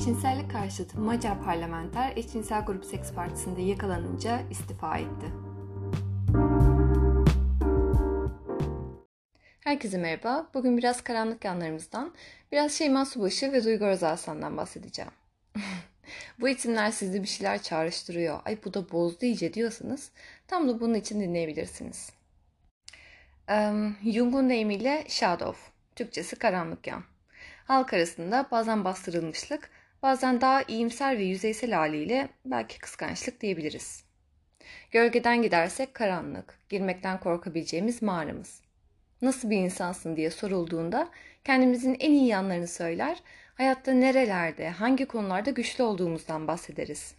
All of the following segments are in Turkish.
Eşcinsellik karşıtı Macar parlamenter eşcinsel grup Seks Partisi'nde yakalanınca istifa etti. Herkese merhaba. Bugün biraz karanlık yanlarımızdan, biraz Şeyma Subaşı ve Duygu Özalsan'dan bahsedeceğim. Bu isimler sizde bir şeyler çağrıştırıyor. Ay bu da bozdu iyice diyorsanız tam da bunun için dinleyebilirsiniz. Jung'un deyimiyle shadow, Türkçesi karanlık yan. Halk arasında bazen bastırılmışlık, bazen daha iyimser ve yüzeysel haliyle belki kıskançlık diyebiliriz. Gölgeden gidersek karanlık, girmekten korkabileceğimiz mağaramız. Nasıl bir insansın diye sorulduğunda kendimizin en iyi yanlarını söyler, hayatta nerelerde, hangi konularda güçlü olduğumuzdan bahsederiz.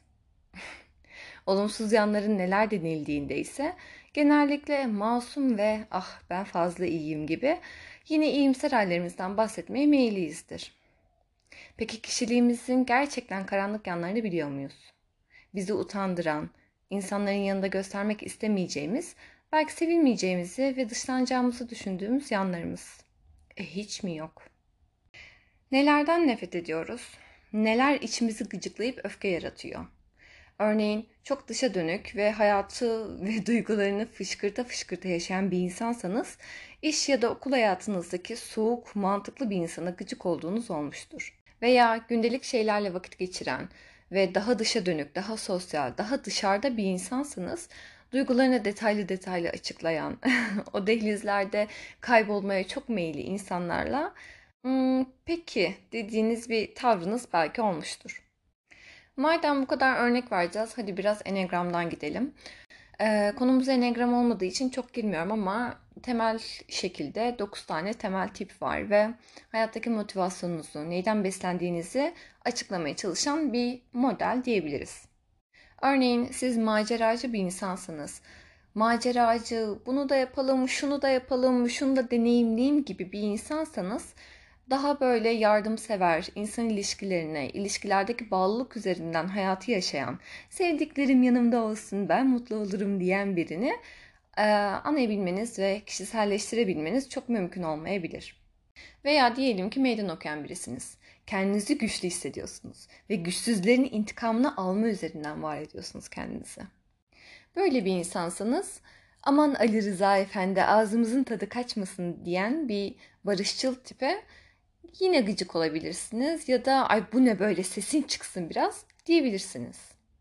Olumsuz yanların neler denildiğinde ise genellikle masum ve ah ben fazla iyiyim gibi yine iyimser hallerimizden bahsetmeye meyilliyizdir. Peki kişiliğimizin gerçekten karanlık yanlarını biliyor muyuz? Bizi utandıran, insanların yanında göstermek istemeyeceğimiz, belki sevilmeyeceğimizi ve dışlanacağımızı düşündüğümüz yanlarımız. Hiç mi yok? Nelerden nefret ediyoruz? Neler içimizi gıcıklayıp öfke yaratıyor? Örneğin çok dışa dönük ve hayatı ve duygularını fışkırta fışkırta yaşayan bir insansanız, iş ya da okul hayatınızdaki soğuk, mantıklı bir insana gıcık olduğunuz olmuştur. Veya gündelik şeylerle vakit geçiren ve daha dışa dönük, daha sosyal, daha dışarıda bir insansanız, duygularını detaylı detaylı açıklayan, o dehlizlerde kaybolmaya çok meyilli insanlarla peki dediğiniz bir tavrınız belki olmuştur. Madem bu kadar örnek vereceğiz, hadi biraz Enneagram'dan gidelim. Konumuz Enneagram olmadığı için çok girmiyorum ama temel şekilde 9 tane temel tip var ve hayattaki motivasyonunuzu, neyden beslendiğinizi açıklamaya çalışan bir model diyebiliriz. Örneğin siz maceracı bir insansınız. Maceracı, bunu da yapalım, şunu da yapalım, şunu da deneyimleyeyim gibi bir insansanız, daha böyle yardımsever, insan ilişkilerine, ilişkilerdeki bağlılık üzerinden hayatı yaşayan, sevdiklerim yanımda olsun, ben mutlu olurum diyen birini anlayabilmeniz ve kişiselleştirebilmeniz çok mümkün olmayabilir. Veya diyelim ki meydan okuyan birisiniz. Kendinizi güçlü hissediyorsunuz ve güçsüzlerin intikamını alma üzerinden var ediyorsunuz kendinizi. Böyle bir insansanız, aman Ali Rıza Efendi ağzımızın tadı kaçmasın diyen bir barışçıl tipe yine gıcık olabilirsiniz ya da ay bu ne böyle sesin çıksın biraz diyebilirsiniz.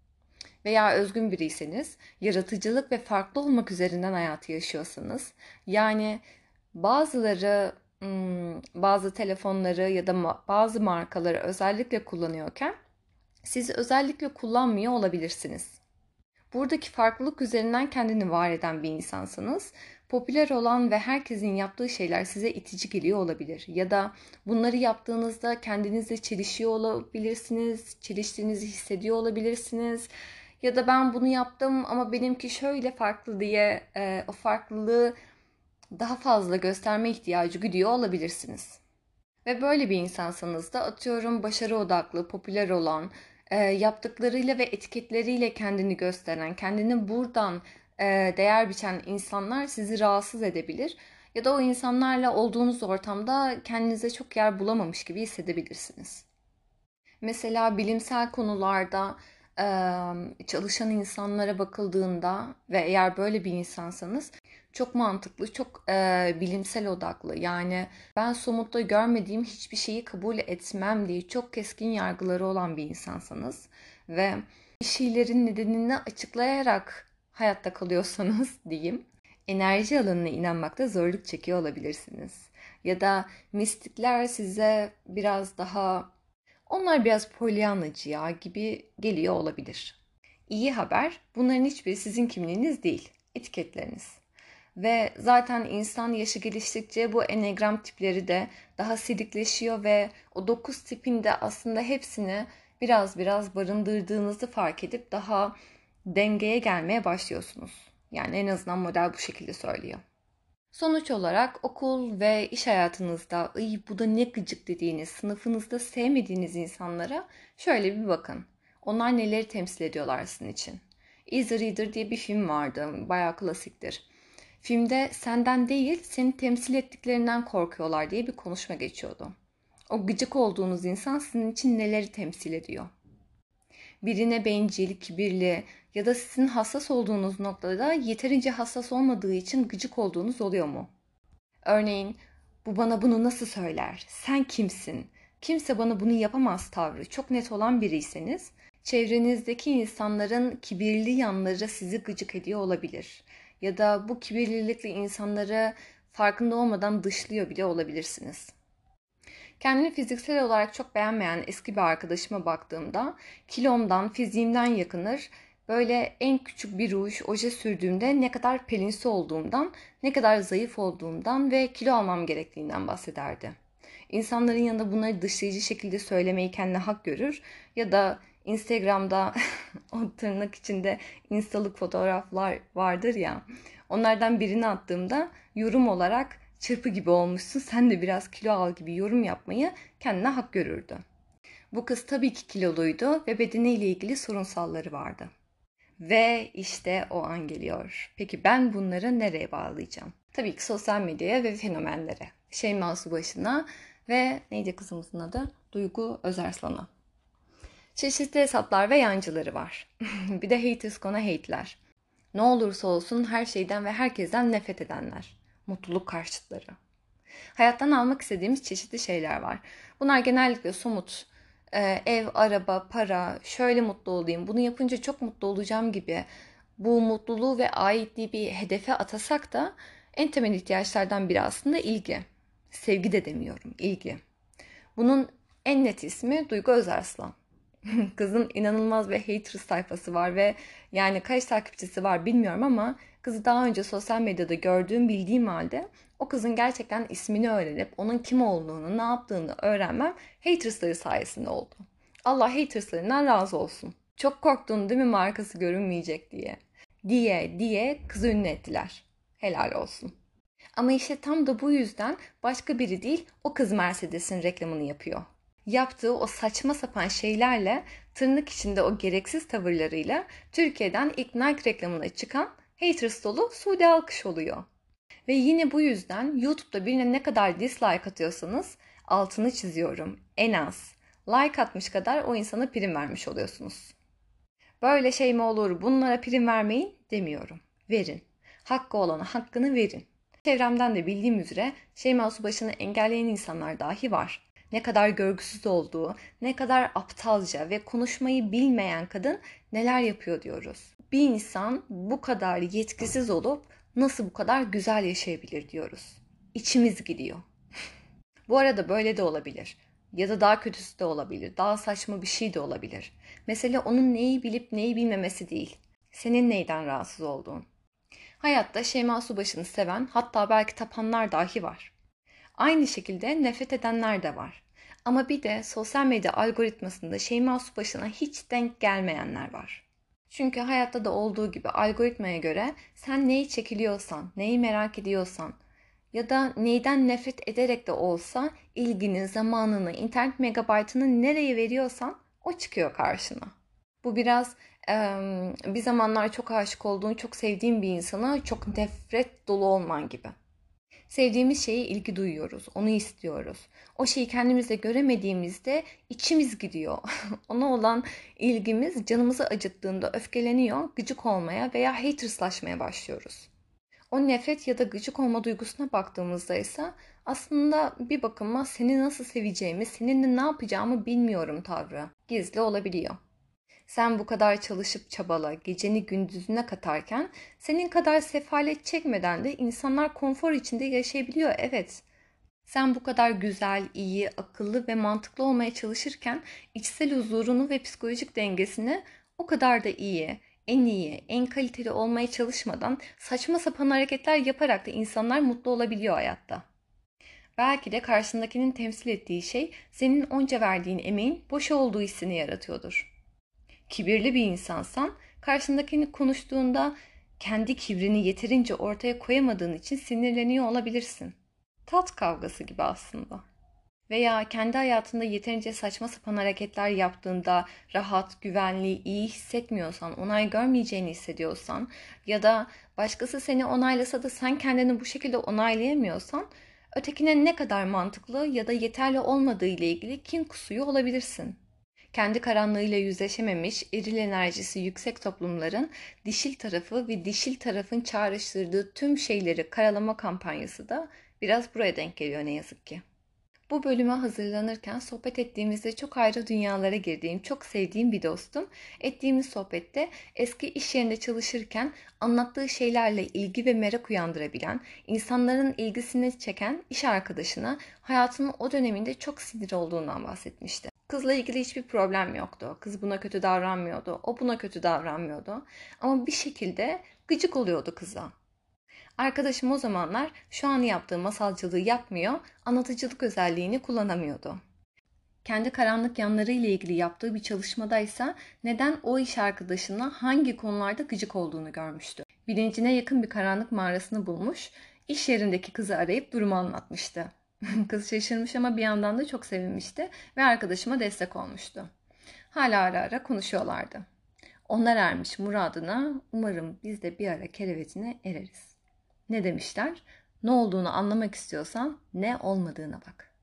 Veya özgün biriyseniz, yaratıcılık ve farklı olmak üzerinden hayatı yaşıyorsanız, yani bazıları bazı telefonları ya da bazı markaları özellikle kullanıyorken siz özellikle kullanmıyor olabilirsiniz. Buradaki farklılık üzerinden kendini var eden bir insansanız, popüler olan ve herkesin yaptığı şeyler size itici geliyor olabilir. Ya da bunları yaptığınızda kendinizle çelişiyor olabilirsiniz, çeliştiğinizi hissediyor olabilirsiniz. Ya da ben bunu yaptım ama benimki şöyle farklı diye o farklılığı daha fazla gösterme ihtiyacı güdüyor olabilirsiniz. Ve böyle bir insansanız da atıyorum başarı odaklı, popüler olan, yaptıklarıyla ve etiketleriyle kendini gösteren, kendini buradan değer biçen insanlar sizi rahatsız edebilir. Ya da o insanlarla olduğunuz ortamda kendinize çok yer bulamamış gibi hissedebilirsiniz. Mesela bilimsel konularda çalışan insanlara bakıldığında ve eğer böyle bir insansanız çok mantıklı, çok bilimsel odaklı. Yani ben somutta görmediğim hiçbir şeyi kabul etmem diye çok keskin yargıları olan bir insansanız ve bir şeylerin nedenini açıklayarak hayatta kalıyorsanız diyeyim, enerji alanına inanmakta zorluk çekiyor olabilirsiniz. Ya da mistikler size biraz daha, onlar biraz polyanacı ya gibi geliyor olabilir. İyi haber, bunların hiçbiri sizin kimliğiniz değil, etiketleriniz. Ve zaten insan yaşı geliştikçe bu enneagram tipleri de daha silikleşiyor ve o 9 tipin de aslında hepsini biraz biraz barındırdığınızı fark edip daha dengeye gelmeye başlıyorsunuz. Yani en azından model bu şekilde söylüyor. Sonuç olarak okul ve iş hayatınızda "Ay bu da ne gıcık" dediğiniz, sınıfınızda sevmediğiniz insanlara şöyle bir bakın. Onlar neleri temsil ediyorlar sizin için? Easy Reader diye bir film vardı. Bayağı klasiktir. Filmde senden değil, seni temsil ettiklerinden korkuyorlar diye bir konuşma geçiyordu. O gıcık olduğunuz insan sizin için neleri temsil ediyor? Birine bencil, kibirli ya da sizin hassas olduğunuz noktada yeterince hassas olmadığı için gıcık olduğunuz oluyor mu? Örneğin, bu bana bunu nasıl söyler? Sen kimsin? Kimse bana bunu yapamaz tavrı çok net olan biriyseniz, çevrenizdeki insanların kibirli yanları sizi gıcık ediyor olabilir. Ya da bu kibirlilikle insanları farkında olmadan dışlıyor bile olabilirsiniz. Kendini fiziksel olarak çok beğenmeyen eski bir arkadaşıma baktığımda kilomdan, fiziğimden yakınır, böyle en küçük bir ruj, oje sürdüğümde ne kadar pelinsi olduğumdan, ne kadar zayıf olduğumdan ve kilo almam gerektiğinden bahsederdi. İnsanların yanında bunları dışlayıcı şekilde söylemeyi kendine hak görür ya da Instagram'da o tırnak içinde instalık fotoğraflar vardır ya, onlardan birini attığımda yorum olarak çırpı gibi olmuşsun, sen de biraz kilo al gibi yorum yapmayı kendine hak görürdü. Bu kız tabii ki kiloluydu ve bedeniyle ilgili sorunsalları vardı. Ve işte o an geliyor. Peki ben bunları nereye bağlayacağım? Tabii ki sosyal medyaya ve fenomenlere. Şeyma Subaşı'na ve neydi kızımızın adı? Duygu Özarslan'a. Çeşitli hesaplar ve yancıları var. Bir de haters gonna hate'ler. Ne olursa olsun her şeyden ve herkesten nefret edenler. Mutluluk karşıtları. Hayattan almak istediğimiz çeşitli şeyler var. Bunlar genellikle somut. Ev, araba, para, şöyle mutlu olayım, bunu yapınca çok mutlu olacağım gibi bu mutluluğu ve aitliği bir hedefe atasak da en temel ihtiyaçlardan biri aslında ilgi. Sevgi de demiyorum, ilgi. Bunun en net ismi Duygu Özarslan. Kızın inanılmaz bir haters sayfası var ve yani kaç takipçisi var bilmiyorum ama kızı daha önce sosyal medyada gördüğüm, bildiğim halde o kızın gerçekten ismini öğrenip onun kim olduğunu, ne yaptığını öğrenmem hatersları sayesinde oldu. Allah haterslarından razı olsun. Çok korktun değil mi markası görünmeyecek diye. Diye kızı ünlü ettiler. Helal olsun. Ama işte tam da bu yüzden başka biri değil o kız Mercedes'in reklamını yapıyor. Yaptığı o saçma sapan şeylerle, tırnak içinde o gereksiz tavırlarıyla Türkiye'den ilk Nike reklamına çıkan haters dolu Suudi alkış oluyor. Ve yine bu yüzden YouTube'da birine ne kadar dislike atıyorsanız altını çiziyorum. En az like atmış kadar o insana prim vermiş oluyorsunuz. Böyle şey mi olur, bunlara prim vermeyin demiyorum. Verin. Hakkı olana hakkını verin. Çevremden de bildiğim üzere Şeyma Subaşı'nı engelleyen insanlar dahi var. Ne kadar görgüsüz olduğu, ne kadar aptalca ve konuşmayı bilmeyen kadın neler yapıyor diyoruz. Bir insan bu kadar yetkisiz olup nasıl bu kadar güzel yaşayabilir diyoruz. İçimiz gidiyor. Bu arada böyle de olabilir. Ya da daha kötüsü de olabilir. Daha saçma bir şey de olabilir. Mesele onun neyi bilip neyi bilmemesi değil. Senin neyden rahatsız olduğun. Hayatta Şeyma Subaşı'nı seven, hatta belki tapanlar dahi var. Aynı şekilde nefret edenler de var. Ama bir de sosyal medya algoritmasında Şeyma Subaşı'na hiç denk gelmeyenler var. Çünkü hayatta da olduğu gibi algoritmaya göre sen neyi çekiliyorsan, neyi merak ediyorsan ya da neyden nefret ederek de olsa ilgini, zamanını, internet megabaytını nereye veriyorsan o çıkıyor karşına. Bu biraz bir zamanlar çok aşık olduğun, çok sevdiğin bir insana çok nefret dolu olman gibi. Sevdiğimiz şeye ilgi duyuyoruz, onu istiyoruz. O şeyi kendimizde göremediğimizde içimiz gidiyor. Ona olan ilgimiz canımızı acıttığında öfkeleniyor, gıcık olmaya veya haterslaşmaya başlıyoruz. O nefret ya da gıcık olma duygusuna baktığımızda ise aslında bir bakıma seni nasıl seveceğimi, seninle ne yapacağımı bilmiyorum tavrı gizli olabiliyor. Sen bu kadar çalışıp çabala, geceni gündüzüne katarken senin kadar sefalet çekmeden de insanlar konfor içinde yaşayabiliyor, evet. Sen bu kadar güzel, iyi, akıllı ve mantıklı olmaya çalışırken içsel huzurunu ve psikolojik dengesini o kadar da iyi, en iyi, en kaliteli olmaya çalışmadan saçma sapan hareketler yaparak da insanlar mutlu olabiliyor hayatta. Belki de karşındakinin temsil ettiği şey senin onca verdiğin emeğin boş olduğu hissini yaratıyordur. Kibirli bir insansan karşındakini konuştuğunda kendi kibrini yeterince ortaya koyamadığın için sinirleniyor olabilirsin. Tat kavgası gibi aslında. Veya kendi hayatında yeterince saçma sapan hareketler yaptığında rahat, güvenli, iyi hissetmiyorsan, onay görmeyeceğini hissediyorsan ya da başkası seni onaylasa da sen kendini bu şekilde onaylayamıyorsan Ötekine ne kadar mantıklı ya da yeterli olmadığı ile ilgili kin kusuyor olabilirsin. Kendi karanlığıyla yüzleşememiş, eril enerjisi yüksek toplumların dişil tarafı ve dişil tarafın çağrıştırdığı tüm şeyleri karalama kampanyası da biraz buraya denk geliyor ne yazık ki. Bu bölüme hazırlanırken sohbet ettiğimizde çok ayrı dünyalara girdiğim, çok sevdiğim bir dostum. Ettiğimiz sohbette eski iş yerinde çalışırken anlattığı şeylerle ilgi ve merak uyandırabilen, insanların ilgisini çeken iş arkadaşına hayatının o döneminde çok sinir olduğundan bahsetmişti. Kızla ilgili hiçbir problem yoktu. Kız buna kötü davranmıyordu. O buna kötü davranmıyordu. Ama bir şekilde gıcık oluyordu kıza. Arkadaşım o zamanlar şu an yaptığı masalcılığı yapmıyor, anlatıcılık özelliğini kullanamıyordu. Kendi karanlık yanları ile ilgili yaptığı bir çalışmadaysa neden o iş arkadaşına hangi konularda gıcık olduğunu görmüştü. Bilincine yakın bir karanlık mağarasını bulmuş, iş yerindeki kızı arayıp durumu anlatmıştı. Kız şaşırmış ama bir yandan da çok sevinmişti ve arkadaşıma destek olmuştu. Hala ara ara konuşuyorlardı. Onlar ermiş muradına, umarım biz de bir ara kerevetine ereriz. Ne demişler? Ne olduğunu anlamak istiyorsan ne olmadığına bak.